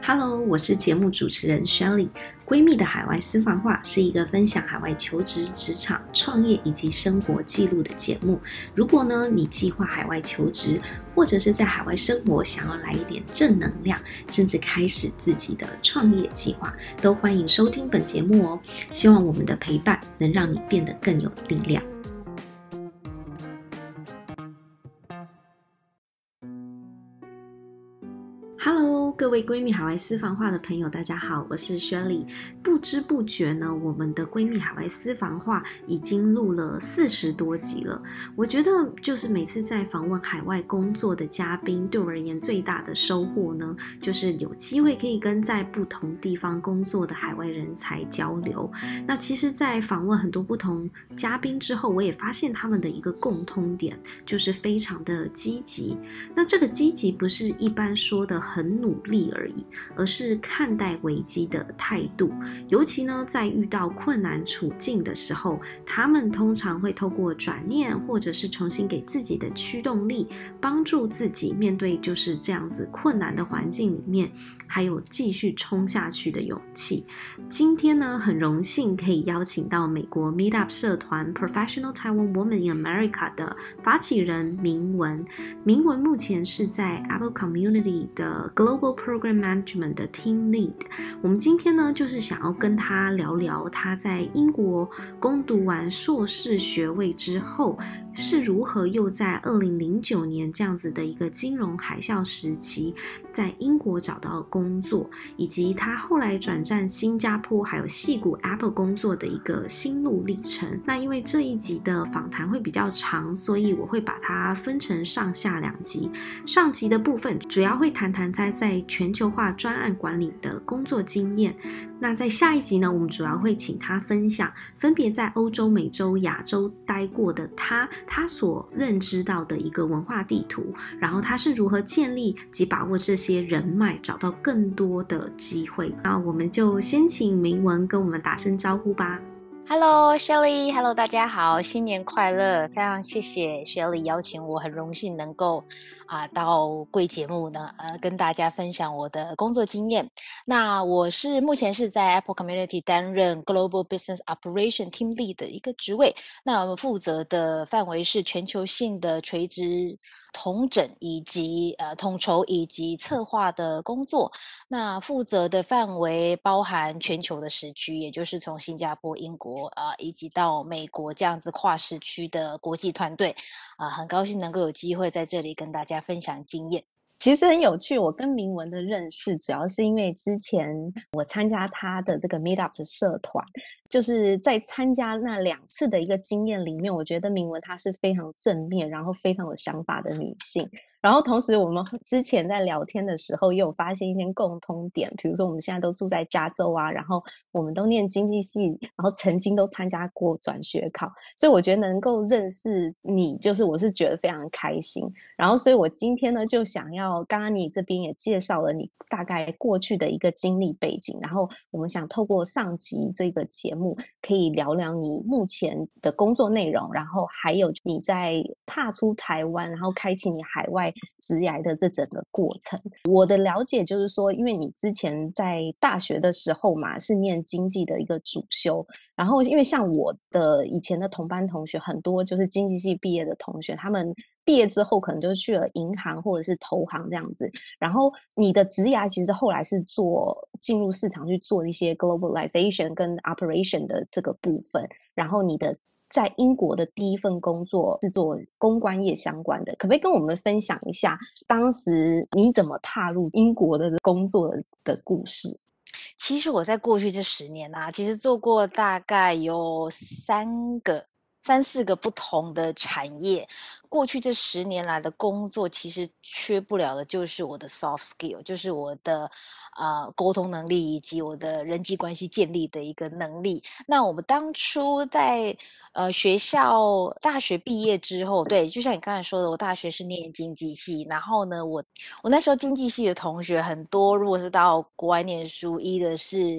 Hello，我是节目主持人 Shirley。闺蜜的海外私房话是一个分享海外求职、职场、创业以及生活记录的节目。如果呢你计划海外求职，或者是在海外生活，想要来一点正能量，甚至开始自己的创业计划，都欢迎收听本节目哦。希望我们的陪伴能让你变得更有力量。Hello， 各位闺蜜海外私房话的朋友，大家好，我是 Shirley。不知不觉呢，我们的闺蜜海外私房话已经录了40多集了。我觉得就是每次在访问海外工作的嘉宾，对我而言最大的收获呢，就是有机会可以跟在不同地方工作的海外人才交流。那其实在访问很多不同嘉宾之后，我也发现他们的一个共通点，就是非常的积极。那这个积极不是一般说的很努力而已，而是看待危机的态度。尤其呢，在遇到困难处境的时候，他们通常会透过转念，或者是重新给自己的驱动力，帮助自己面对就是这样子困难的环境里面，还有继续冲下去的勇气。今天呢，很荣幸可以邀请到美国 Meetup 社团 Professional Taiwan Women in America 的发起人明文。明文目前是在 Apple Community 的 Global Program Management 的 Team Lead。我们今天呢，就是想要跟他聊聊他在英国攻读完硕士学位之后，是如何又在2009年这样子的一个金融海啸时期，在英国找到工作，以及他后来转战新加坡还有矽谷 Apple 工作的一个心路历程。那因为这一集的访谈会比较长，所以我会把它分成上下2集。上集的部分主要会谈谈他在全球化专案管理的工作经验。那在下一集呢，我们主要会请他分享分别在欧洲、美洲、亚洲待过的他所认知到的一个文化地图，然后他是如何建立及把握这些人脉，找到更多的机会。那我们就先请明文跟我们打声招呼吧。 Hello Shirley，Hello 大家好，新年快乐！非常谢谢 Shirley 邀请我，很荣幸能够到贵节目呢，跟大家分享我的工作经验。那我目前是在 Apple Community 担任 Global Business Operation Team Lead 的一个职位，那我们负责的范围是全球性的垂直统整以及统筹以及策划的工作。那负责的范围包含全球的时区，也就是从新加坡、英国以及到美国这样子跨时区的国际团队很高兴能够有机会在这里跟大家分享经验。 其实很有趣，我跟明文的认识主要是因为之前我参加他的这个 Meetup 的社团，就是在参加那2次的一个经验里面，我觉得明文她是非常正面，然后非常有想法的女性。然后同时我们之前在聊天的时候也有发现一些共通点，比如说我们现在都住在加州啊，然后我们都念经济系，然后曾经都参加过转学考，所以我觉得能够认识你，就是我是觉得非常开心。然后所以我今天呢就想要，刚刚你这边也介绍了你大概过去的一个经历背景，然后我们想透过上集这个节目可以聊聊你目前的工作内容，然后还有你在踏出台湾然后开启你海外职涯的这整个过程。我的了解就是说，因为你之前在大学的时候嘛是念经济的一个主修，然后因为像我的以前的同班同学很多就是经济系毕业的同学，他们毕业之后可能就去了银行或者是投行这样子，然后你的职涯其实后来是进入市场去做一些 globalization 跟 operation 的这个部分，然后你的在英国的第一份工作是做公关业相关的，可不可以跟我们分享一下当时你怎么踏入英国的工作的故事？ 其实我在过去这10年其实做过大概有三四个不同的产业。过去这10年来的工作，其实缺不了的就是我的 soft skill， 就是我的沟通能力以及我的人际关系建立的一个能力。那我们当初在学校大学毕业之后，对，就像你刚才说的，我大学是念经济系，然后呢，我那时候经济系的同学很多，如果是到国外念书，一的是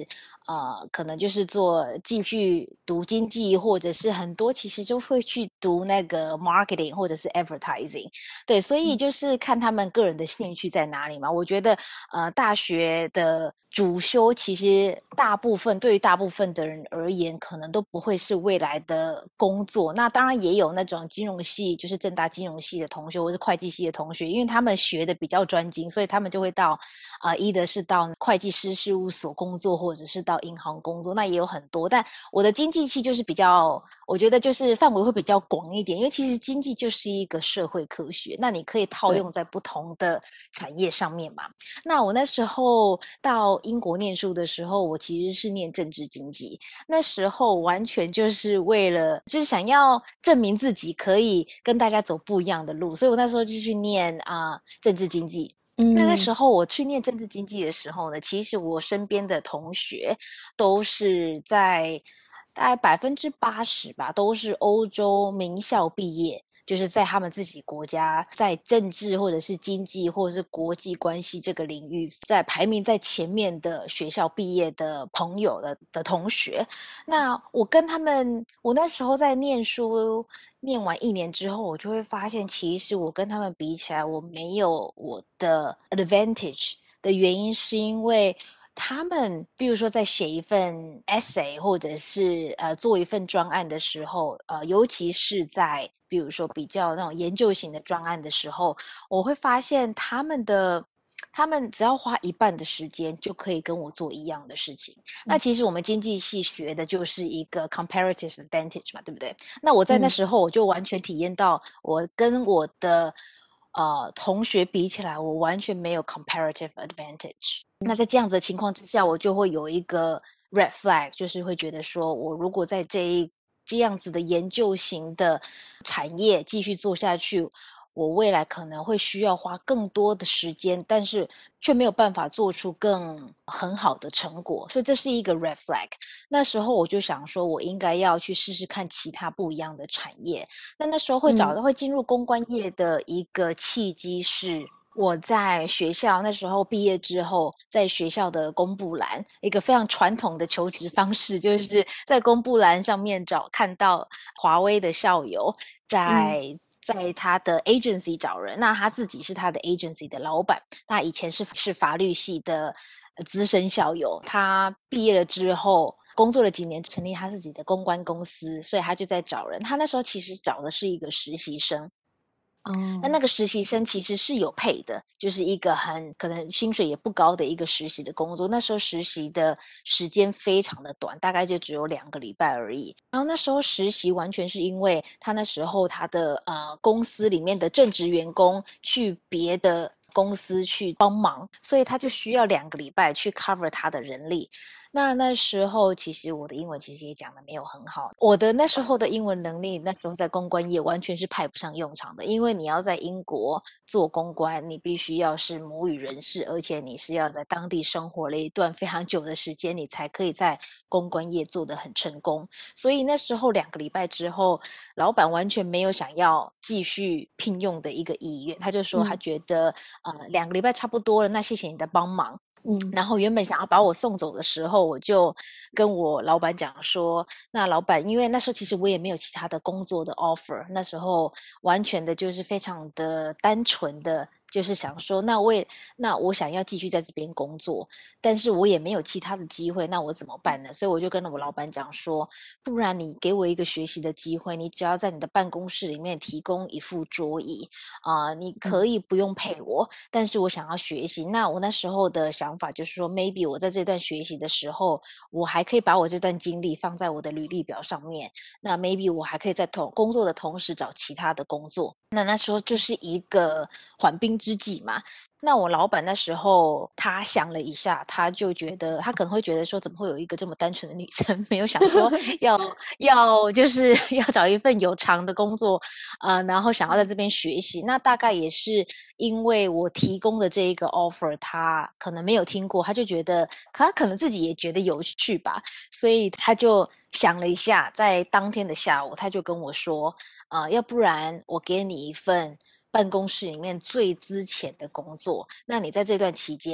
可能就是继续读经济，或者是很多其实就会去读那个 marketing 或者是 advertising。对，所以就是看他们个人的兴趣在哪里嘛。我觉得大学的主修其实对于大部分的人而言，可能都不会是未来的工作。那当然也有那种金融系，就是政大金融系的同学，或是会计系的同学，因为他们学的比较专精，所以他们就会到either是到会计师事务所工作，或者是到银行工作。那也有很多，但我的经济系就是比较，我觉得就是范围会比较广一点，因为其实经济就是一个社会科学，那你可以套用在不同的产业上面嘛。那我那时候到英国念书的时候，我其实是念政治经济，那时候完全就是为了就是想要证明自己可以跟大家走不一样的路，所以我那时候就去念政治经济。那时候我去念政治经济的时候呢，其实我身边的同学都是在大概80%吧，都是欧洲名校毕业，就是在他们自己国家，在政治或者是经济或者是国际关系这个领域，在排名在前面的学校毕业的朋友的同学。那我跟他们，我那时候在念书，念完1年之后，我就会发现，其实我跟他们比起来，我没有我的 advantage 的原因，是因为他们，比如说在写一份 essay，或者是做一份专案的时候，尤其是在比如说比较那种研究型的专案的时候，我会发现他们只要花一半的时间就可以跟我做一样的事情。那其实我们经济系学的就是一个 comparative advantage 嘛，对不对？那我在那时候我就完全体验到，我跟我的同学比起来，我完全没有 comparative advantage。那在这样子的情况之下，我就会有一个 red flag，就是会觉得说，我如果在这样子的研究型的产业继续做下去，我未来可能会需要花更多的时间，但是却没有办法做出很好的成果，所以这是一个 red flag。那时候我就想说，我应该要去试试看其他不一样的产业。那时候会进入公关业的一个契机是，我在学校那时候毕业之后，在学校的公布栏，一个非常传统的求职方式，就是在公布栏上面看到华威的校友在他的 agency 找人，那他自己是他的 agency 的老板，那以前是法律系的资深校友，他毕业了之后工作了几年，成立他自己的公关公司，所以他就在找人。他那时候其实找的是一个实习生。那个实习生其实是有配的，就是一个可能薪水也不高的一个实习的工作。那时候实习的时间非常的短，大概就只有2个礼拜而已。然后那时候实习完全是因为他那时候他的公司里面的正职员工去别的公司去帮忙，所以他就需要2个礼拜去 cover 他的人力。那时候其实我的英文其实也讲的没有很好，我的那时候的英文能力，那时候在公关业完全是派不上用场的，因为你要在英国做公关，你必须要是母语人士，而且你是要在当地生活了一段非常久的时间，你才可以在公关业做得很成功。所以那时候2个礼拜之后，老板完全没有想要继续聘用的一个意愿，他就说他觉得2个礼拜差不多了，那谢谢你的帮忙。然后原本想要把我送走的时候，我就跟我老板讲说，那老板，因为那时候其实我也没有其他的工作的 offer，那时候完全的就是非常的单纯的就是想说，那我想要继续在这边工作，但是我也没有其他的机会，那我怎么办呢？所以我就跟我老板讲说，不然你给我一个学习的机会，你只要在你的办公室里面提供一副桌椅你可以不用配我，但是我想要学习。那我那时候的想法就是说 maybe 我在这段学习的时候，我还可以把我这段经历放在我的履历表上面，那 maybe 我还可以在工作的同时找其他的工作。那时候就是一个缓兵之计嘛。那我老板那时候他想了一下，他就觉得他可能会觉得说，怎么会有一个这么单纯的女生没有想说就是要找一份有偿的工作然后想要在这边学习。那大概也是因为我提供的这一个 offer 他可能没有听过，他就觉得他可能自己也觉得有趣吧，所以他就想了一下，在当天的下午他就跟我说要不然我给你一份办公室里面最资浅的工作，那你在这段期间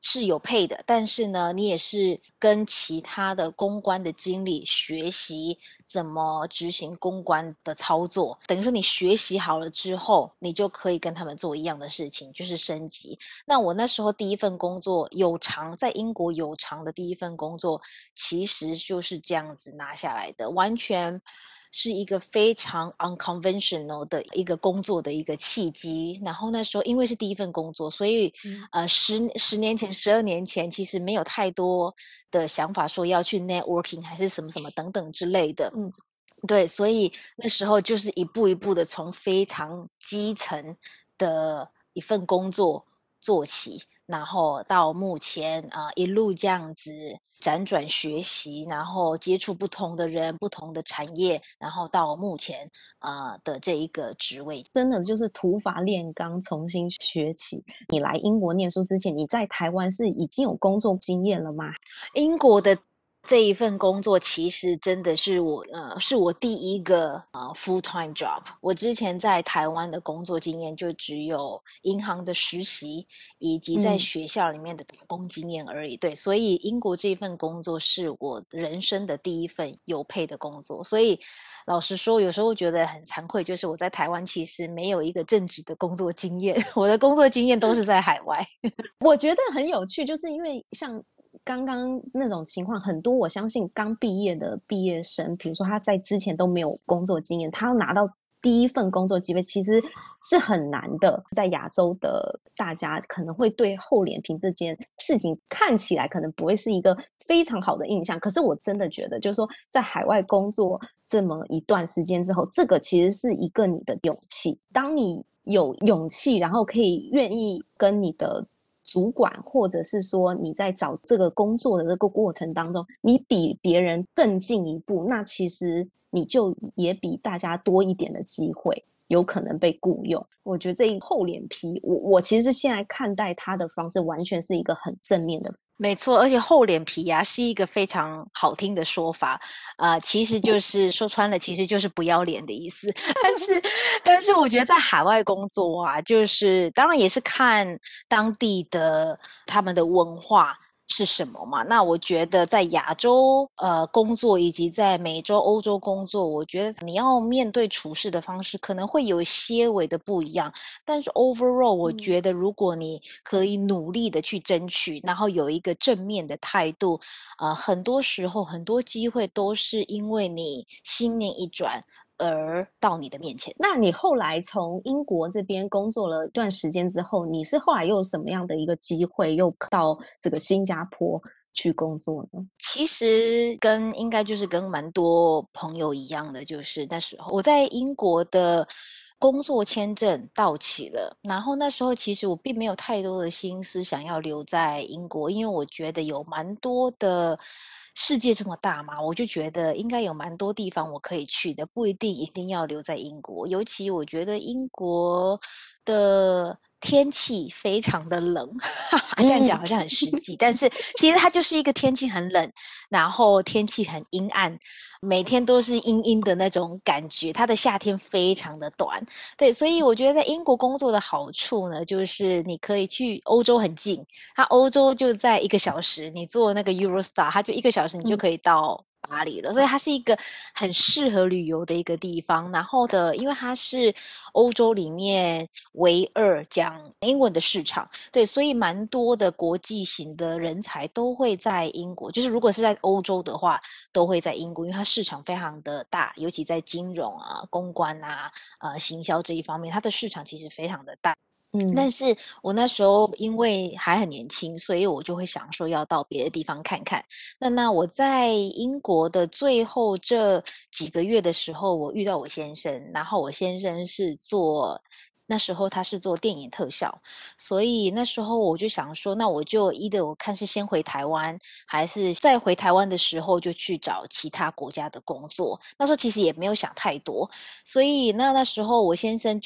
是有配的，但是呢，你也是跟其他的公关的经理学习怎么执行公关的操作。等于说你学习好了之后，你就可以跟他们做一样的事情，就是升级。那我那时候第一份工作在英国有偿的第一份工作，其实就是这样子拿下来的，完全是一个非常 unconventional 的一个工作的一个契机。然后那时候因为是第一份工作，所以十年前12年前其实没有太多的想法说要去 networking 还是什么什么等等之类的。对，所以那时候就是一步一步的从非常基层的一份工作做起，然后到目前一路这样子辗转学习，然后接触不同的人、不同的产业，然后到目前的这一个职位， 真的就是土法炼钢，重新学起。你来英国念书之前，你在台湾是已经有工作经验了吗？ 英国的这一份工作其实真的是我第一个full-time job。我之前在台湾的工作经验就只有银行的实习，以及在学校里面的打工经验而已。对，所以英国这一份工作是我人生的第一份有配的工作。所以老实说，有时候觉得很惭愧，就是我在台湾其实没有一个正职的工作经验，我的工作经验都是在海外。 我觉得很有趣，就是因为像刚刚那种情况，很多我相信刚毕业的毕业生，比如说他在之前都没有工作经验，他要拿到第一份工作机会，其实是很难的。在亚洲的大家可能会对厚脸皮这件事情看起来可能不会是一个非常好的印象，可是我真的觉得，就是说在海外工作这么一段时间之后，这个其实是一个你的勇气。当你有勇气，然后可以愿意跟你的主管，或者是说你在找这个工作的这个过程当中，你比别人更进一步，那其实你就也比大家多一点的机会，有可能被雇佣。我觉得这一厚脸皮，我其实现在看待他的方式，完全是一个很正面的。 没错，而且厚脸皮是一个非常好听的说法，其实就是说穿了，其实就是不要脸的意思。但是我觉得在海外工作就是当然也是看当地的他们的文化是什么嘛。那我觉得在亚洲工作以及在美洲、欧洲工作，我觉得你要面对处事的方式可能会有些微的不一样。但是 overall 我觉得如果你可以努力的去争取，然后有一个正面的态度，很多时候很多机会都是因为你心念一转而到你的面前。 那你后来从英国这边工作了一段时间之后，你是后来又有什么样的一个机会，又到这个新加坡去工作呢？ 其实应该就是跟蛮多朋友一样的，就是那时候我在英国的工作签证到期了，然后那时候其实我并没有太多的心思想要留在英国，因为我觉得有蛮多的世界这么大嘛，我就觉得应该有蛮多地方我可以去的，不一定一定要留在英国。尤其我觉得英国的天气非常的冷，这样讲好像很实际，但是其实它就是一个天气很冷，然后天气很阴暗，每天都是阴阴的那种感觉。它的夏天非常的短，对，所以我觉得在英国工作的好处呢，就是你可以去欧洲很近，它欧洲就在1个小时，你坐那个 Eurostar，它就1个小时你就可以到巴黎了，所以它是一个很适合旅游的一个地方。然后因为它是欧洲里面唯二讲英文的市场，对，所以蛮多的国际型的人才都会在英国，就是如果是在欧洲的话，都会在英国，因为它市场非常的大，尤其在金融公关行销这一方面，它的市场其实非常的大。但是我那时候因为还很年轻，所以我就会想说要到别的地方看看。那我在英国的最后这几个月的时候，我遇到我先生，然后我先生那时候他是做电影特效，所以那时候我就想说，那我就我看是先回台湾，还是在回台湾的时候就去找其他国家的工作。那时候其实也没有想太多，所以那时候我先生就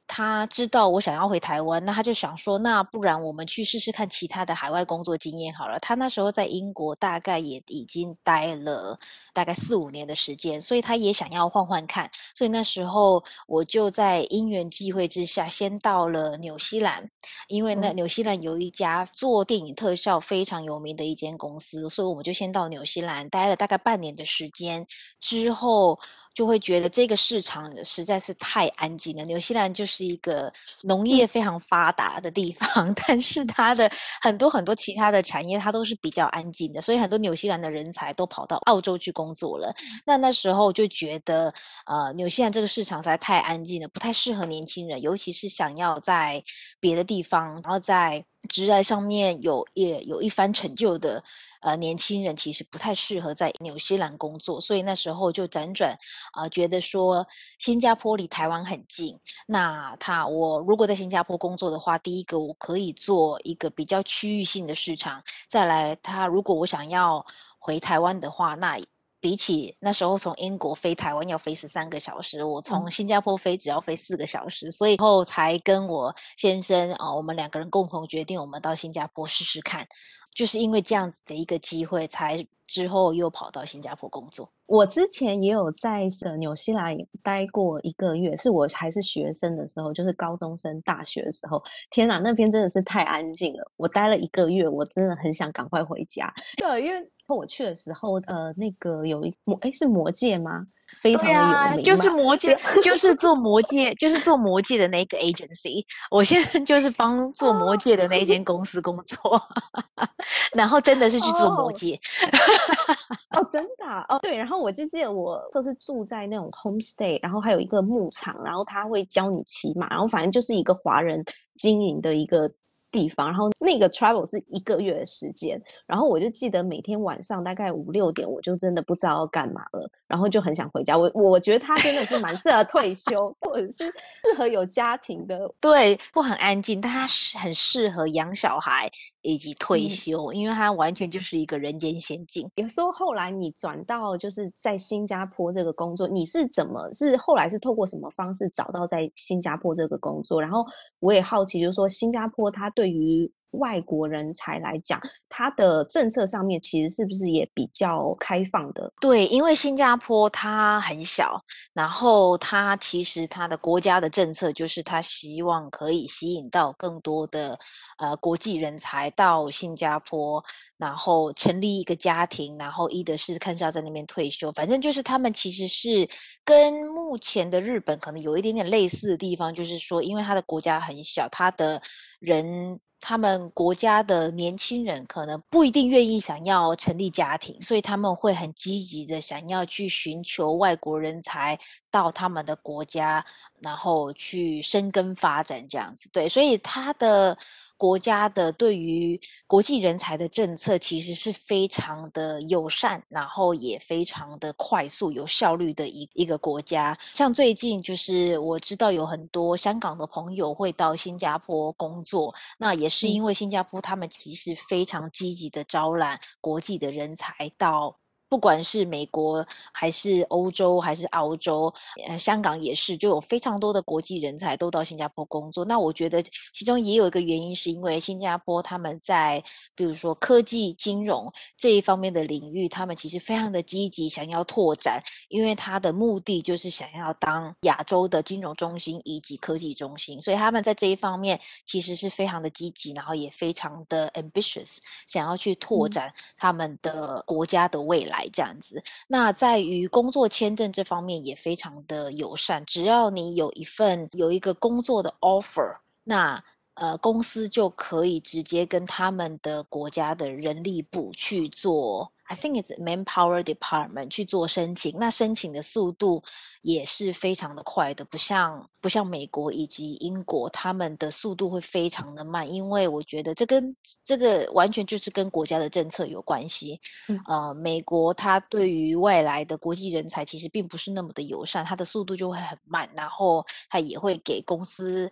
他知道我想要回台湾，那他就想说，那不然我们去试试看其他的海外工作经验好了。他那时候在英国大概也已经待了大概4-5年的时间，所以他也想要换换看。所以那时候我就在因缘际会之下，先到了纽西兰，因为纽西兰有一家做电影特效非常有名的一间公司，所以我们就先到纽西兰待了大概半年的时间，之后就会觉得这个市场实在是太安静了。纽西兰就是一个农业非常发达的地方，但是它的很多很多其他的产业它都是比较安静的，所以很多纽西兰的人才都跑到澳洲去工作了。那时候就觉得纽西兰这个市场实在太安静了，不太适合年轻人，尤其是想要在别的地方，然后在职业上面也有一番成就的年轻人，其实不太适合在纽西兰工作。所以那时候就辗转觉得说新加坡离台湾很近，那我如果在新加坡工作的话，第一个我可以做一个比较区域性的市场，再来如果我想要回台湾的话，那比起那时候从英国飞台湾要飞13个小时，我从新加坡飞只要飞4个小时，所以后才跟我先生我们2个人共同决定我们到新加坡试试看。就是因为这样子的一个机会，才之后又跑到新加坡工作。 我之前也有在纽西兰待过1个月，是我还是学生的时候，就是高中生、大学的时候。天哪，那边真的是太安静了。我待了1个月，我真的很想赶快回家。对，因为我去的时候，那个是魔戒吗？非常的有名嘛， 就是魔戒，就是做魔戒的那个 agency。我现在就是帮做魔戒的那间公司工作，然后真的是去做魔戒。 真的对。然后我就记得我就是住在那种 homestay， 然后还有一个牧场，然后他会教你骑马，然后反正就是一个华人经营的一个地方。然后那个 travel 是1个月的时间，然后我就记得每天晚上大概5-6点，我就真的不知道要干嘛了，然后就很想回家。我觉得他真的是蛮适合退休，或者是适合有家庭的。 对，不很安静，但他很适合养小孩以及退休，因为他完全就是一个人间仙境。 有时候后来你转到就是在新加坡这个工作，你是后来是透过什么方式找到在新加坡这个工作？然后我也好奇，就是说新加坡它对于外国人才来讲，它的政策上面其实是不是也比较开放的？ 对，因为新加坡它很小，然后它其实它的国家的政策就是它希望可以吸引到更多的国际人才到新加坡，然后成立一个家庭，然后一的是看是要在那边退休，反正就是他们其实是跟目前的日本可能有一点点类似的地方，就是说因为它的国家很小，他们国家的年轻人可能不一定愿意想要成立家庭，所以他们会很积极的想要去寻求外国人才到他们的国家，然后去生根发展这样子。对，所以他的国家的对于国际人才的政策其实是非常的友善，然后也非常的快速有效率的一个国家。像最近就是我知道有很多香港的朋友会到新加坡工作，那也是因为新加坡他们其实非常积极的招揽国际的人才到，不管是美国还是欧洲还是澳洲，香港也是，就有非常多的国际人才都到新加坡工作。那我觉得其中也有一个原因是因为新加坡他们在比如说科技金融这一方面的领域，他们其实非常的积极想要拓展，因为他的目的就是想要当亚洲的金融中心以及科技中心，所以他们在这一方面其实是非常的积极，然后也非常的 ambitious， 想要去拓展他们的国家的未来这样子。那在于工作签证这方面也非常的友善，只要你有一个工作的 offer， 那公司就可以直接跟他们的国家的人力部去做，I think it's Manpower Department 去做申请。那申请的速度也是非常的快的，不像美国以及英国，他们的速度会非常的慢，因为我觉得这个完全就是跟国家的政策有关系。美国它对于外来的国际人才其实并不是那么的友善，它的速度就会很慢，然后它也会给公司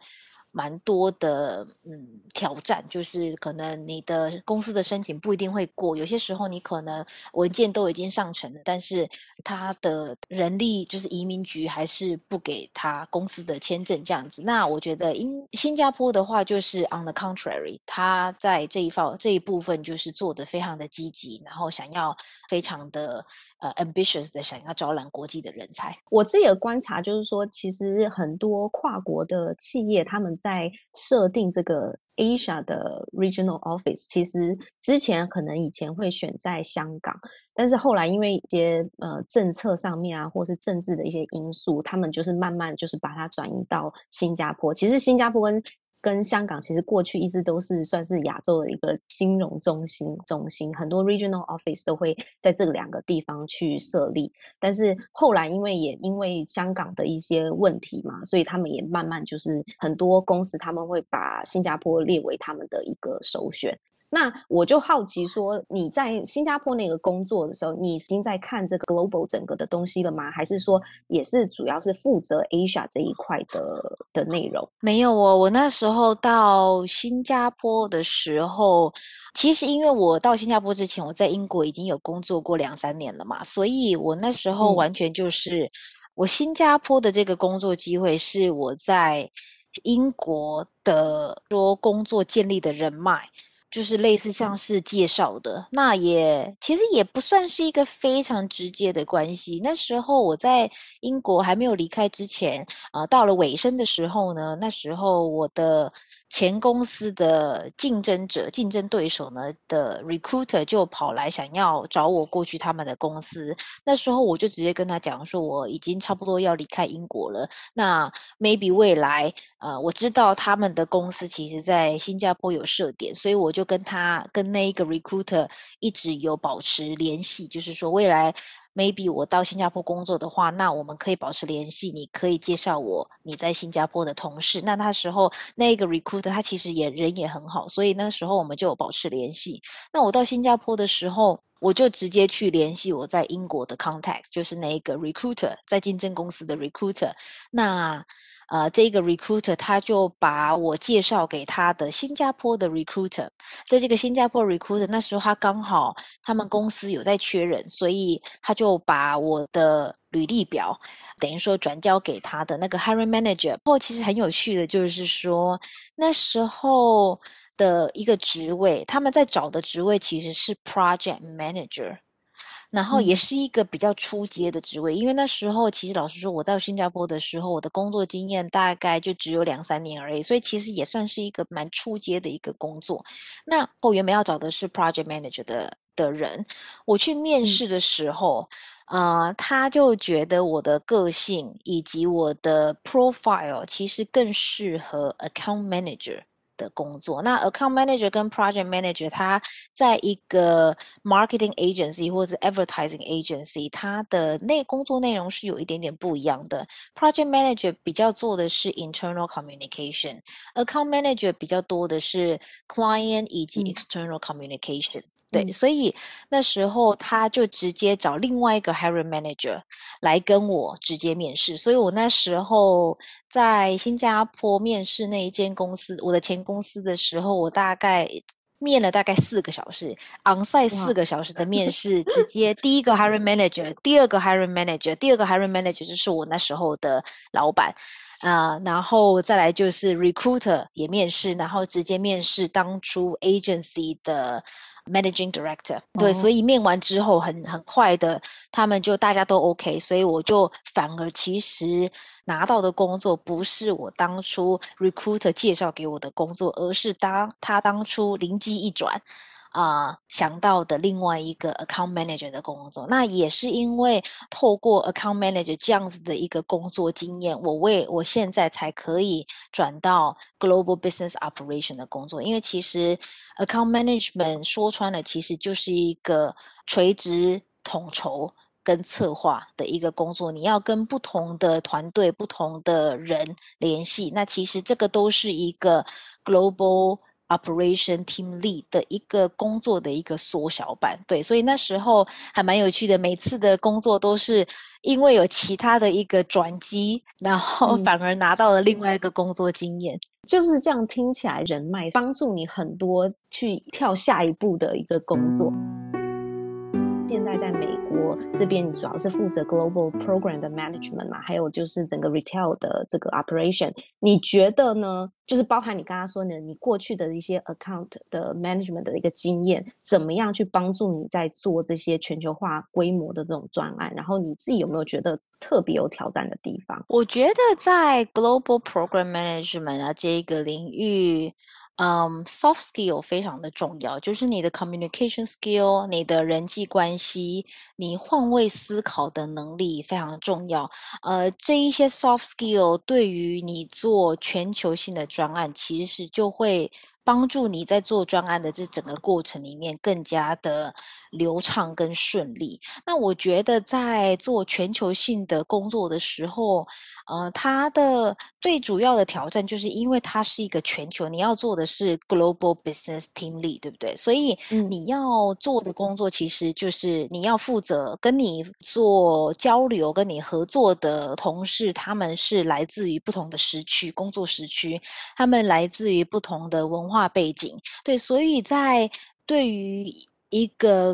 蛮多的挑战，就是可能你的公司的申请不一定会过，有些时候你可能文件都已经上呈了，但是他的人力就是移民局还是不给他公司的签证这样子。那我觉得新加坡的话就是 on the contrary， 他在这一部分就是做得非常的积极，然后想要非常的ambitious 的想要招揽国际的人才。 我自己的观察就是说，其实很多跨国的企业，他们在设定这个 Asia 的 regional office，其实之前可能以前会选在香港，但是后来因为一些政策上面啊，或是政治的一些因素，他们就是慢慢就是把它转移到新加坡。其实新加坡跟香港其实过去一直都是算是亚洲的一个金融中心，很多 regional office 都会在这两个地方去设立。但是后来因为香港的一些问题嘛，所以他们也慢慢就是很多公司他们会把新加坡列为他们的一个首选。那我就好奇说，你在新加坡那个工作的时候，你已经在看这个 global 整个的东西了吗？还是说也是主要是负责 Asia 这一块的内容？ 没有哦，我那时候到新加坡的时候，其实因为我到新加坡之前，我在英国已经有工作过2-3年了嘛，所以我那时候完全就是我新加坡的这个工作机会是我在英国的说工作建立的人脉。就是类似像是介绍的，那其实也不算是一个非常直接的关系。那时候我在英国还没有离开之前，到了尾声的时候呢，那时候我的前公司的竞争对手呢的 recruiter 就跑来想要找我过去他们的公司。那时候我就直接跟他讲说，我已经差不多要离开英国了。那 maybe 未来，我知道他们的公司其实在新加坡有设点，所以我就跟那一个 recruiter 一直有保持联系，就是说未来 maybe 我到新加坡工作的话，那我们可以保持联系，你可以介绍我你在新加坡的同事。那时候那个 recruiter 他其实人也很好，所以那时候我们就有保持联系。那我到新加坡的时候，我就直接去联系我在英国的 contacts， 就是那个 recruiter， 在竞争公司的 recruiter。那这个 recruiter 他就把我介绍给他的新加坡的 recruiter， 在这个新加坡 recruiter 那时候他刚好他们公司有在缺人，所以他就把我的履历表等于说转交给他的那个 hiring manager。不过其实很有趣的就是说，那时候的一个职位，他们在找的职位其实是 project manager。然后也是一个比较初阶的职位，因为那时候其实老实说，我在新加坡的时候，我的工作经验大概就只有2-3年而已，所以其实也算是一个蛮初阶的一个工作。那我原本要找的是 project manager 的人，我去面试的时候，他就觉得我的个性以及我的 profile 其实更适合 account manager的工作。那 account manager 跟 project manager， 它在一个 marketing agency 或是 advertising agency， 它的工作内容是有一点点不一样的。project manager 比较做的是 internal communication，account manager 比较多的是 client 以及 external communication。对，所以那时候他就直接找另外一个 hiring manager 来跟我直接面试，所以我那时候在新加坡面试那一间公司，我的前公司的时候，我大概面了大概4个小时 ，onsite 4个小时的面试，直接第一个 hiring manager， 第二个 hiring manager， 第二个 hiring manager 就是我那时候的老板。然后再来就是 recruiter 也面试，然后直接面试当初 agency 的 managing director。对，所以面完之后很快的，他们就大家都 OK， 所以我就反而其实拿到的工作不是我当初 recruiter 介绍给我的工作，而是他当初灵机一转。想到的另外一个 account manager 的工作，那也是因为透过 account manager 这样子的一个工作经验，我现在才可以转到 global business operation 的工作。因为其实 account management 说穿了，其实就是一个垂直统筹跟策划的一个工作，你要跟不同的团队、不同的人联系，那其实这个都是一个 global Operation Team Lead 的一个工作的一个缩小版。对，所以那时候还蛮有趣的，每次的工作都是因为有其他的一个转机，然后反而拿到了另外一个工作经验。 就是这样听起来，人脉帮助你很多去跳下一步的一个工作。现在在美国这边，你主要是负责 global program 的 management 嘛，还有就是整个 retail 的这个 operation。你觉得呢？就是包含你刚刚说的，你过去的一些 account 的 management 的一个经验，怎么样去帮助你在做这些全球化规模的这种专案？然后你自己有没有觉得特别有挑战的地方？ 我觉得在 global program management 啊这一个领域，soft skill 非常的重要，就是你的 communication skill， 你的人际关系，你换位思考的能力非常重要。这一些 soft skill 对于你做全球性的专案，其实就会帮助你在做专案的这整个过程里面更加的流畅跟顺利。那我觉得在做全球性的工作的时候，它的最主要的挑战就是因为它是一个全球，你要做的是 global business team lead，对不对？所以你要做的工作其实就是你要负责跟你做交流、跟你合作的同事，他们是来自于不同的时区、工作时区，他们来自于不同的文化背景，对，所以在对于一个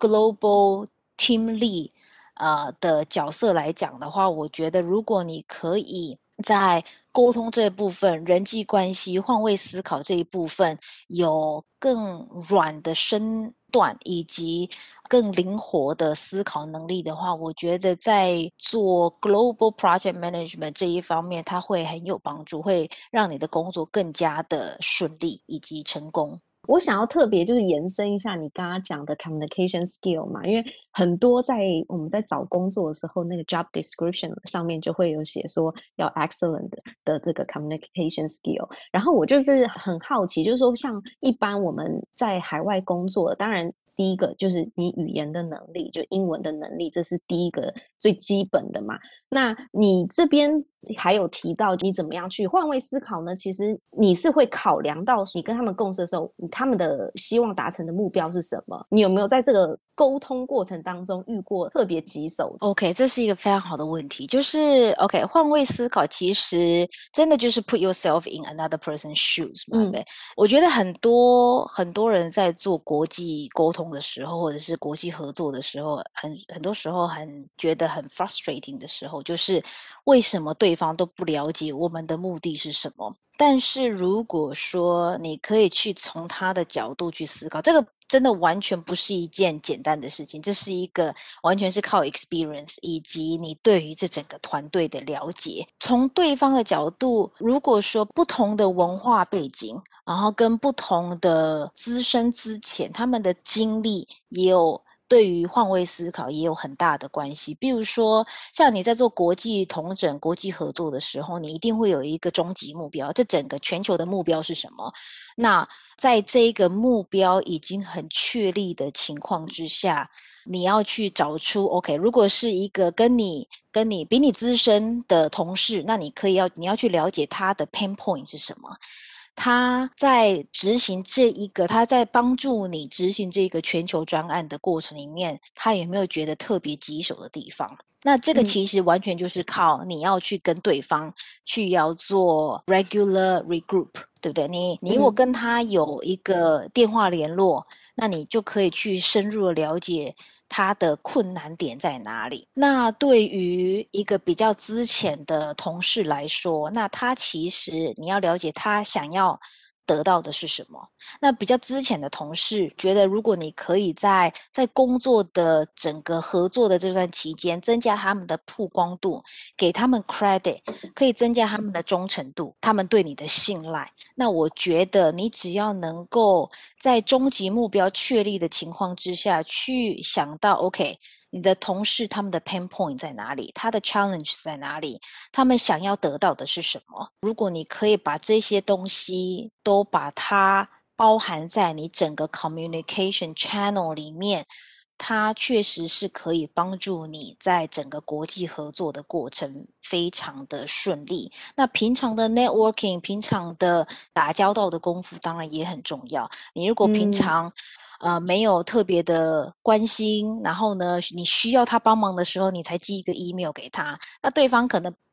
global team lead 的角色来讲的话，我觉得如果你可以在沟通这部分、人际关系、换位思考这一部分有更软的身段，以及更灵活的思考能力的话，我觉得在做 global project management 这一方面，它会很有帮助，会让你的工作更加的顺利以及成功。 我想要特别就是延伸一下你刚刚讲的 communication skill 嘛，因为很多我们在找工作的时候，那个 job description 上面就会有写说要 excellent 的这个 communication skill。然后我就是很好奇，就是说像一般我们在海外工作，当然第一个就是你语言的能力，就英文的能力，这是第一个最基本的嘛。那你这边还有提到你怎么样去换位思考呢？其实你是会考量到你跟他们共事的时候，他们的希望达成的目标是什么？你有没有在这个沟通过程当中遇过特别棘手的？ OK，这是一个非常好的问题，就是 OK 换位思考，其实真的就是 put yourself in another person's shoes 嘛，对。我觉得很多人在做国际沟通的时候，或者是国际合作的时候，很多时候觉得很 frustrating 的时候，就是为什么对方都不了解我们的目的是什么？但是如果说你可以去从他的角度去思考，这个真的完全不是一件简单的事情，这是一个完全是靠 experience 以及你对于这整个团队的了解。从对方的角度，如果说不同的文化背景，然后跟不同的资深资浅，他们的经历也有对于换位思考也有很大的关系。比如说，像你在做国际统整、国际合作的时候，你一定会有一个终极目标，这整个全球的目标是什么？那在这个目标已经很确立的情况之下，你要去找出 OK，如果是一个跟你比你资深的同事，那你要去了解他的 pain point 是什么。他在执行他在帮助你执行这个全球专案的过程里面，他有没有觉得特别棘手的地方？那这个其实完全就是靠你要去跟对方去要做 regular regroup， 对不对？你如果跟他有一个电话联络，那你就可以去深入的了解他的困难点在哪里。那对于一个比较资浅的同事来说，那他其实你要了解他想要得到的是什么。那比较资浅的同事觉得，如果你可以在工作的整个合作的这段期间，增加他们的曝光度，给他们 credit， 可以增加他们的忠诚度，他们对你的信赖。那我觉得你只要能够在终极目标确立的情况之下，去想到 OK，你的同事他们的 pain point 在哪里，他的 challenge 在哪里，他们想要得到的是什么。如果你可以把这些东西都把它包含在你整个 communication channel 里面，它确实是可以帮助你在整个国际合作的过程非常的顺利。那平常的 networking， 平常的打交道的功夫当然也很重要。你如果平常没有特别的关心，然后呢，你需要他帮忙的时候，你才寄一个 email 给他，那对方可能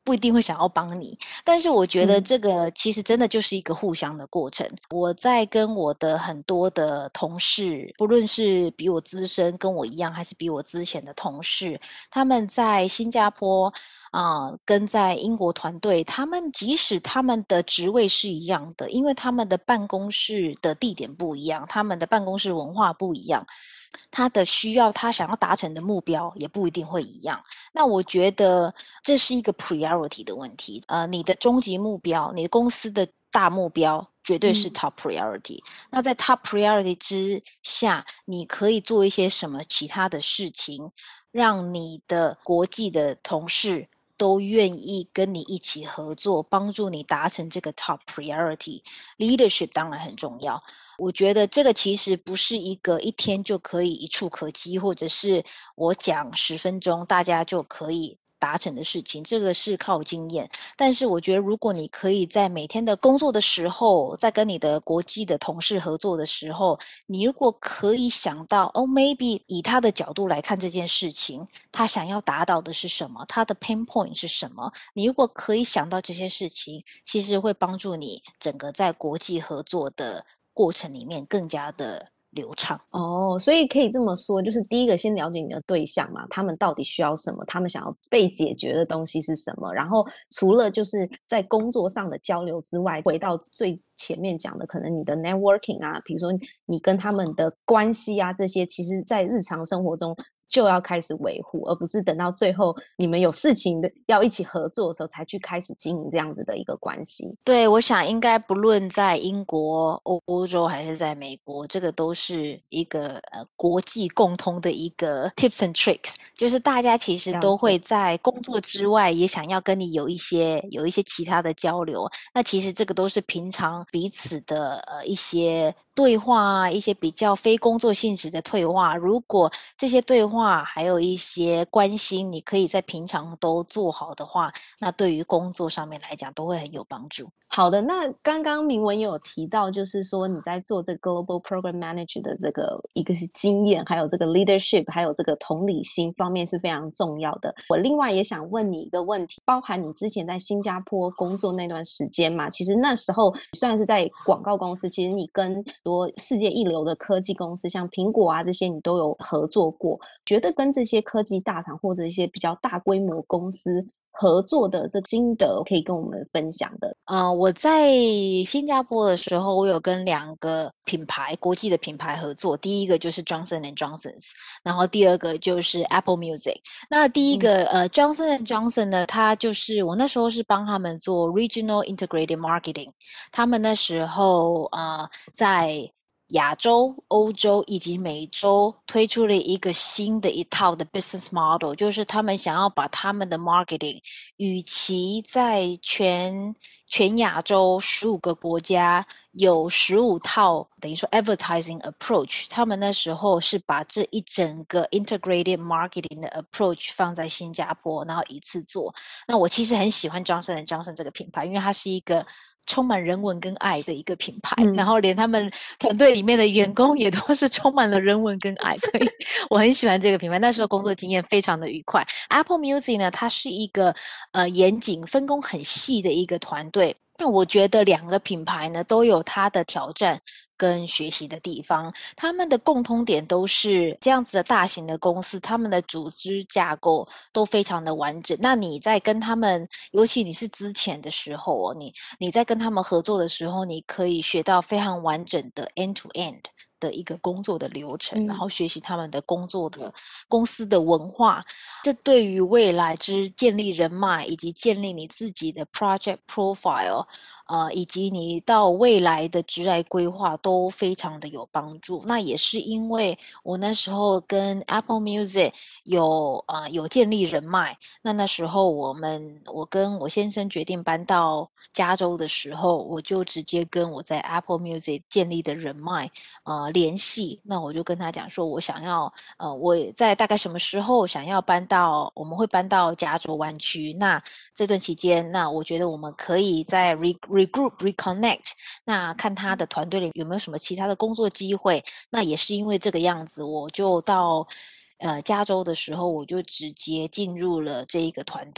不一定会想要帮你。但是我觉得这个其实真的就是一个互相的过程。我在跟我的很多的同事，不论是比我资深跟我一样，还是比我资浅的同事，他们在新加坡跟在英国团队，他们即使他们的职位是一样的，因为他们的办公室的地点不一样，他们的办公室文化不一样，他的需要，他想要达成的目标也不一定会一样。那我觉得这是一个 priority 的问题。你的终极目标，你公司的大目标绝对是 top priority。那在 top priority 之下，你可以做一些什么其他的事情，让你的国际的同事都愿意跟你一起合作，帮助你达成这个 top priority。Leadership 当然很重要。我觉得这个其实不是一个一天就可以一触可及，或者是我讲10分钟大家就可以达成的事情，这个是靠经验。但是我觉得如果你可以在每天的工作的时候，在跟你的国际的同事合作的时候，你如果可以想到maybe 以他的角度来看这件事情，他想要达到的是什么，他的 pain point 是什么，你如果可以想到这些事情，其实会帮助你整个在国际合作的过程里面更加的流畅。 所以可以这么说，就是第一个先了解你的对象嘛，他们到底需要什么，他们想要被解决的东西是什么，然后除了就是在工作上的交流之外，回到最前面讲的，可能你的 networking 啊，比如说你跟他们的关系啊，这些其实在日常生活中就要开始维护，而不是等到最后你们有事情的要一起合作的时候才去开始经营这样子的一个关系。 对，我想应该不论在英国、欧洲还是在美国，这个都是一个国际共通的一个 tips and tricks，就是大家其实都会在工作之外也想要跟你有一些其他的交流。那其实这个都是平常彼此的一些对话啊，一些比较非工作性质的对话。如果这些对话还有一些关心，你可以在平常都做好的话，那对于工作上面来讲都会很有帮助。 好的，那刚刚明文也有提到，就是说你在做这个 Global Program Manager 的这个一个是经验，还有这个 leadership， 还有这个同理心方面是非常重要的。我另外也想问你一个问题，包含你之前在新加坡工作那段时间嘛，其实那时候虽然是在广告公司，其实你跟很多世界一流的科技公司，像苹果啊这些，你都有合作过。觉得跟这些科技大厂或者一些比较大规模公司合作的这心得可以跟我们分享的？ 我在新加坡的时候，我有跟2个品牌，国际的品牌合作。第一个就是 Johnson and Johnson's， 然后第二个就是 Apple Music。那第一个Johnson and Johnson 呢，它就是我那时候是帮他们做 Regional Integrated Marketing， 他们那时候在亚洲、欧洲以及美洲推出了一个新的一套的 business model， 就是他们想要把他们的 marketing， 与其在全亚洲15个国家有15套等于说 advertising approach， 他们那时候是把这一整个 integrated marketing 的 approach 放在新加坡，然后一次做。那我其实很喜欢 Johnson & Johnson 这个品牌，因为它是一个充满人文跟爱的一个品牌，然后连他们团队里面的员工也都是充满了人文跟爱，所以我很喜欢这个品牌。那时候工作经验非常的愉快。Apple Music 呢，它是一个严谨、分工很细的一个团队。那我觉得2个品牌呢都有它的挑战跟学习的地方，他们的共通点都是这样子的大型的公司，他们的组织架构都非常的完整。那你在跟他们，尤其你是资浅的时候你在跟他们合作的时候，你可以学到非常完整的 end to end的一个工作的流程，然后学习他们的工作的公司的文化，这对于未来之建立人脉以及建立你自己的 project profile，以及你到未来的职业规划都非常的有帮助。那也是因为我那时候跟 Apple Music 有建立人脉，那时候我跟我先生决定搬到加州的时候，我就直接跟我在 Apple Music 建立的人脉联系。那我就跟他讲说，我想要我在大概什么时候想要我们会搬到加州湾区。那这段期间，那我觉得我们可以在 regroup reconnect， 那看他的团队里有没有什么其他的工作机会。那也是因为这个样子，我就到加州的时候，我就直接进入了这一个团队。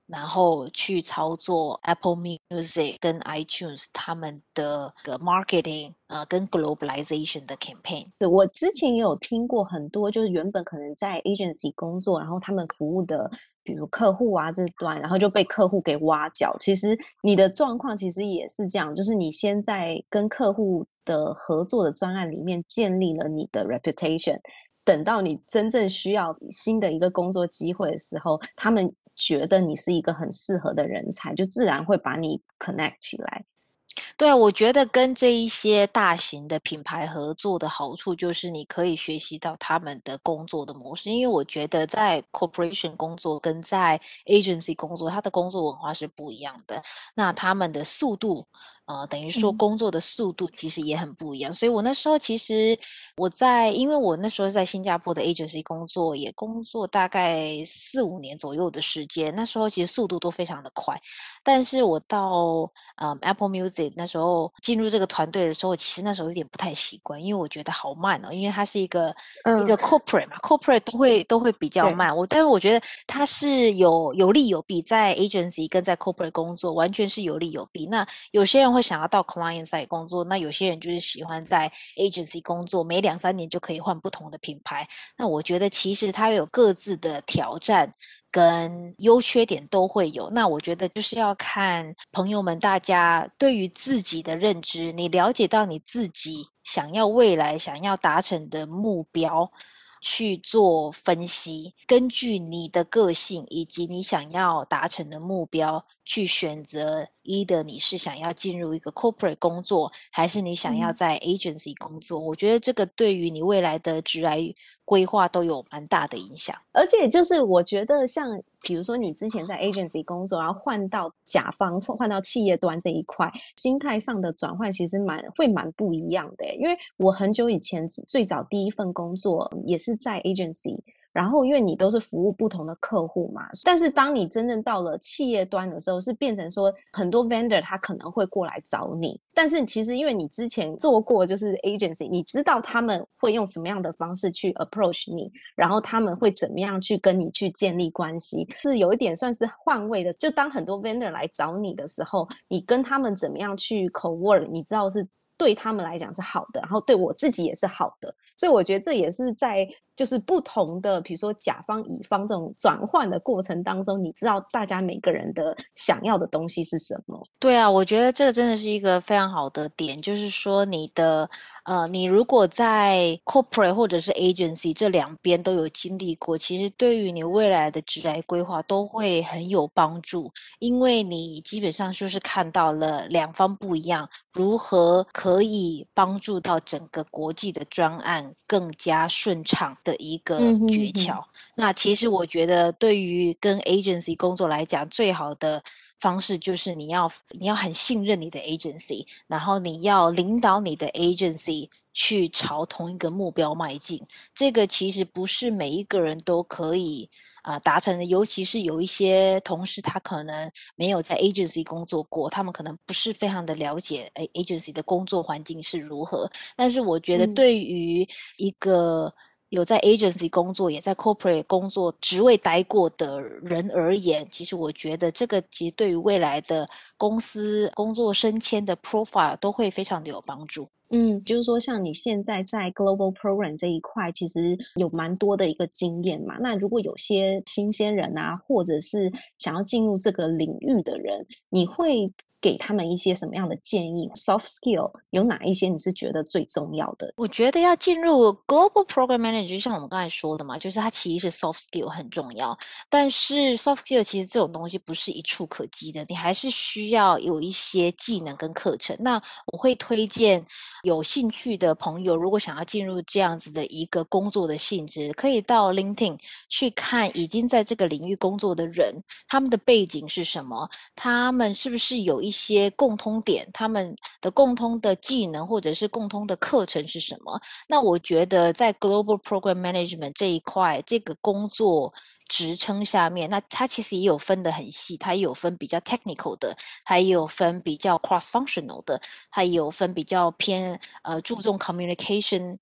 然后去操作 Apple Music 跟 iTunes 他们的marketing跟 globalization 的 campaign。 我之前也有听过很多，就是原本可能在 agency 工作，然后他们服务的，比如客户啊这端，然后就被客户给挖角。其实你的状况其实也是这样，就是你先在跟客户的合作的专案里面建立了你的 reputation，等到你真正需要新的一个工作机会的时候，他们觉得你是一个很适合的人才，就自然会把你 connect 起来。 对啊，我觉得跟这一些大型的品牌合作的好处就是你可以学习到他们的工作的模式，因为我觉得在 corporation 工作跟在 agency 工作，它的工作文化是不一样的，那他们的速度等于说工作的速度其实也很不一样，所以我那时候其实因为我那时候在新加坡的 agency 工作，也工作大概4-5年左右的时间，那时候其实速度都非常的快，但是我到Apple Music 那时候进入这个团队的时候，其实那时候有点不太习惯，因为我觉得好慢哦，因为它是一个corporate 嘛，corporate 都会比较慢。但是我觉得它是有利有弊，在 agency 跟在 corporate 工作完全是有利有弊。那有些人会想要到 client side 工作，那有些人就是喜欢在 agency 工作，每2-3年就可以换不同的品牌。那我觉得其实它有各自的挑战跟优缺点都会有，那我觉得就是要看朋友们大家对于自己的认知，你了解到你自己未来想要达成的目标去做分析，根据你的个性以及你想要达成的目标去选择either你是想要进入一个 corporate 工作，还是你想要在 agency 工作，我觉得这个对于你未来的职涯规划都有蛮大的影响。 而且就是我觉得像比如说你之前在 agency 工作，然后换到甲方，换到企业端这一块，心态上的转换其实会蛮不一样的。因为我很久以前最早第一份工作也是在 agency，然后因为你都是服务不同的客户嘛，但是当你真正到了企业端的时候，是变成说很多 vendor 他可能会过来找你，但是其实因为你之前做过就是 agency， 你知道他们会用什么样的方式去 approach 你，然后他们会怎么样去跟你去建立关系，是有一点算是换位的。就当很多 vendor 来找你的时候，你跟他们怎么样去 co-work， 你知道是对他们来讲是好的，然后对我自己也是好的。所以我觉得这也是在就是不同的比如说甲方乙方这种转换的过程当中，你知道大家每个人的想要的东西是什么。 对啊，我觉得这个真的是一个非常好的点，就是说你如果在 corporate 或者是 agency 这两边都有经历过，其实对于你未来的职业规划都会很有帮助，因为你基本上就是看到了两方不一样，如何可以帮助到整个国际的专案更加顺畅的一个诀窍。那其实我觉得对于跟 agency 工作来讲，最好的方式就是你要很信任你的 agency， 然后你要领导你的 agency 去朝同一个目标迈进。这个其实不是每一个人都可以达成的，尤其是有一些同事他可能没有在 agency 工作过，他们可能不是非常的了解agency 的工作环境是如何。但是我觉得对于一个有在 agency 工作也在 corporate 工作职位待过的人而言，其实我觉得这个其实对于未来的公司工作升迁的 profile 都会非常的有帮助。 就是说像你现在在 global program 这一块其实有蛮多的一个经验嘛，那如果有些新鲜人啊，或者是想要进入这个领域的人，你会给他们一些什么样的建议？ soft skill 有哪一些你是觉得最重要的？ 我觉得要进入 global program manager， 就像我们刚才说的嘛，就是它其实是 soft skill 很重要，但是 soft skill 其实这种东西不是一触可及的，你还是需要有一些技能跟课程。那我会推荐有兴趣的朋友，如果想要进入这样子的一个工作的性质，可以到 LinkedIn 去看已经在这个领域工作的人，他们的背景是什么，他们是不是有一些共通点，他们的共通的技能或者是共通的课程是什么。那我觉得在 Global Program Management 这一块，这个工作职称下面，那它其实也有分得很细，它也有分比较 technical 的，它也有分比较 cross functional 的，它也有分比较偏注重 communicational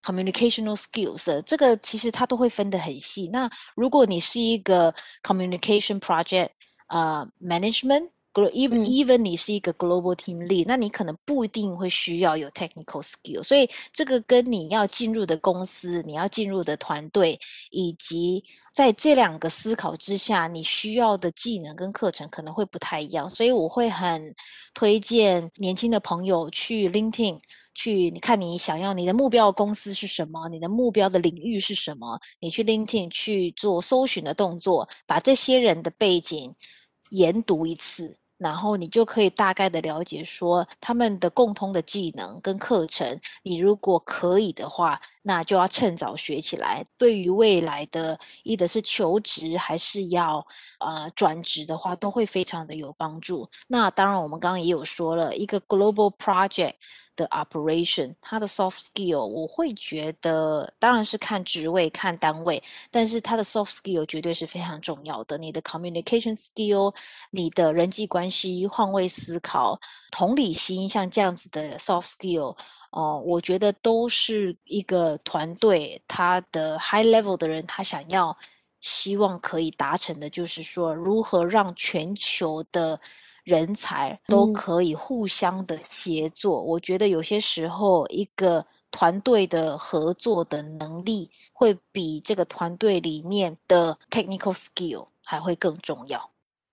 skills 的，这个其实它都会分得很细。那如果你是一个 communication project management。even 你是一个 global team lead， 那你可能不一定会需要有 technical skill， 所以这个跟你要进入的公司、你要进入的团队，以及在这两个思考之下，你需要的技能跟课程可能会不太一样，所以我会很推荐年轻的朋友去 LinkedIn。你看你想要你的目标公司是什么，你的目标的领域是什么，你去 LinkedIn 去做搜寻的动作，把这些人的背景研读一次，然后你就可以大概的了解说他们的共通的技能跟课程，你如果可以的话，那就要趁早学起来，对于未来的either是求职还是要转职的话，都会非常的有帮助。那当然我们刚刚也有说了，一个 global project的 operation， 它的 soft skill 我会觉得当然是看职位看单位，但是它的 soft skill 绝对是非常重要的，你的 communication skill， 你的人际关系、换位思考、同理心，像这样子的 soft skill，我觉得都是一个团队他的 high level 的人他希望可以达成的，就是说如何让全球的人才都可以互相的协作。我觉得有些时候一个团队的合作的能力会比这个团队里面的 technical skill 还会更重要。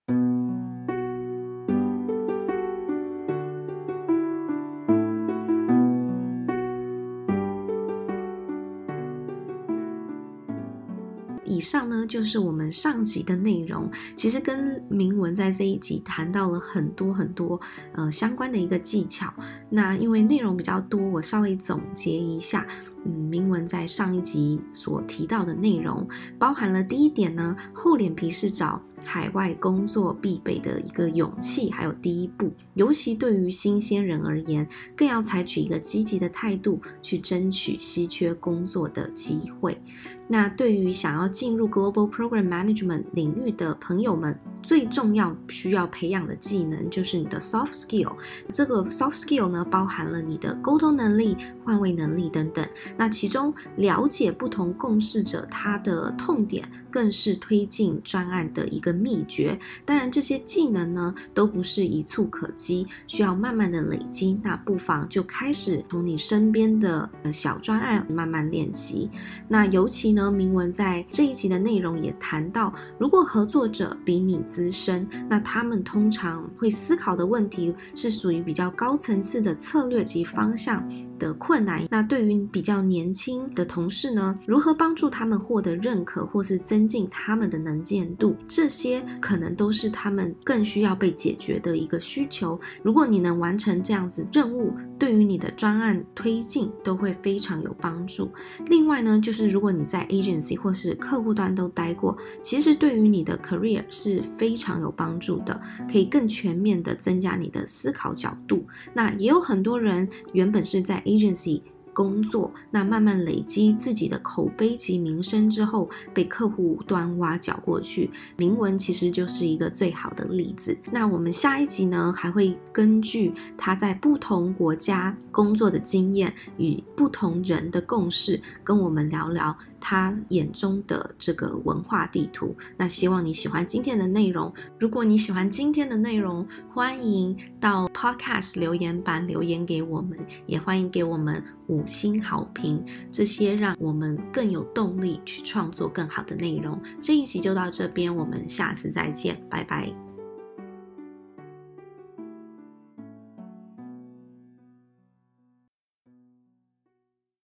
以上呢就是我们上集的内容，其实跟明文在这一集谈到了很多相关的一个技巧。那因为内容比较多，我稍微总结一下。明文在上一集所提到的内容，包含了第一点呢，厚脸皮是找海外工作必备的一个勇气，还有第一步，尤其对于新鲜人而言，更要采取一个积极的态度去争取稀缺工作的机会。那对于想要进入 Global Program Management 领域的朋友们，最重要需要培养的技能就是你的 soft skill。这个 soft skill 呢，包含了你的沟通能力、换位能力等等。那其中了解不同共事者他的痛点，更是推进专案的一个秘诀。当然这些技能呢，都不是一蹴可及，需要慢慢的累积。那不妨就开始从你身边的小专案慢慢练习。那尤其呢，明文在这一集的内容也谈到，如果合作者比你资深，那他们通常会思考的问题是属于比较高层次的策略及方向的困难。那对于比较年轻的同事呢，如何帮助他们获得认可，或是增进他们的能见度，这些可能都是他们更需要被解决的一个需求。如果你能完成这样子任务，对于你的专案推进都会非常有帮助。另外呢，就是如果你在 agency 或是客户端都待过，其实对于你的 career 是非常有帮助的，可以更全面的增加你的思考角度。那也有很多人原本是在 agency工作，那慢慢累积自己的口碑及名声之后，被客户端挖角过去。明文其实就是一个最好的例子。那我们下一集呢，还会根据他在不同国家工作的经验与不同人的共识，跟我们聊聊他眼中的这个文化地图。那希望你喜欢今天的内容。如果你喜欢今天的内容，欢迎到 Podcast 留言板留言给我们，也欢迎给我们5星好评，这些让我们更有动力去创作更好的内容。这一集就到这边，我们下次再见，拜拜。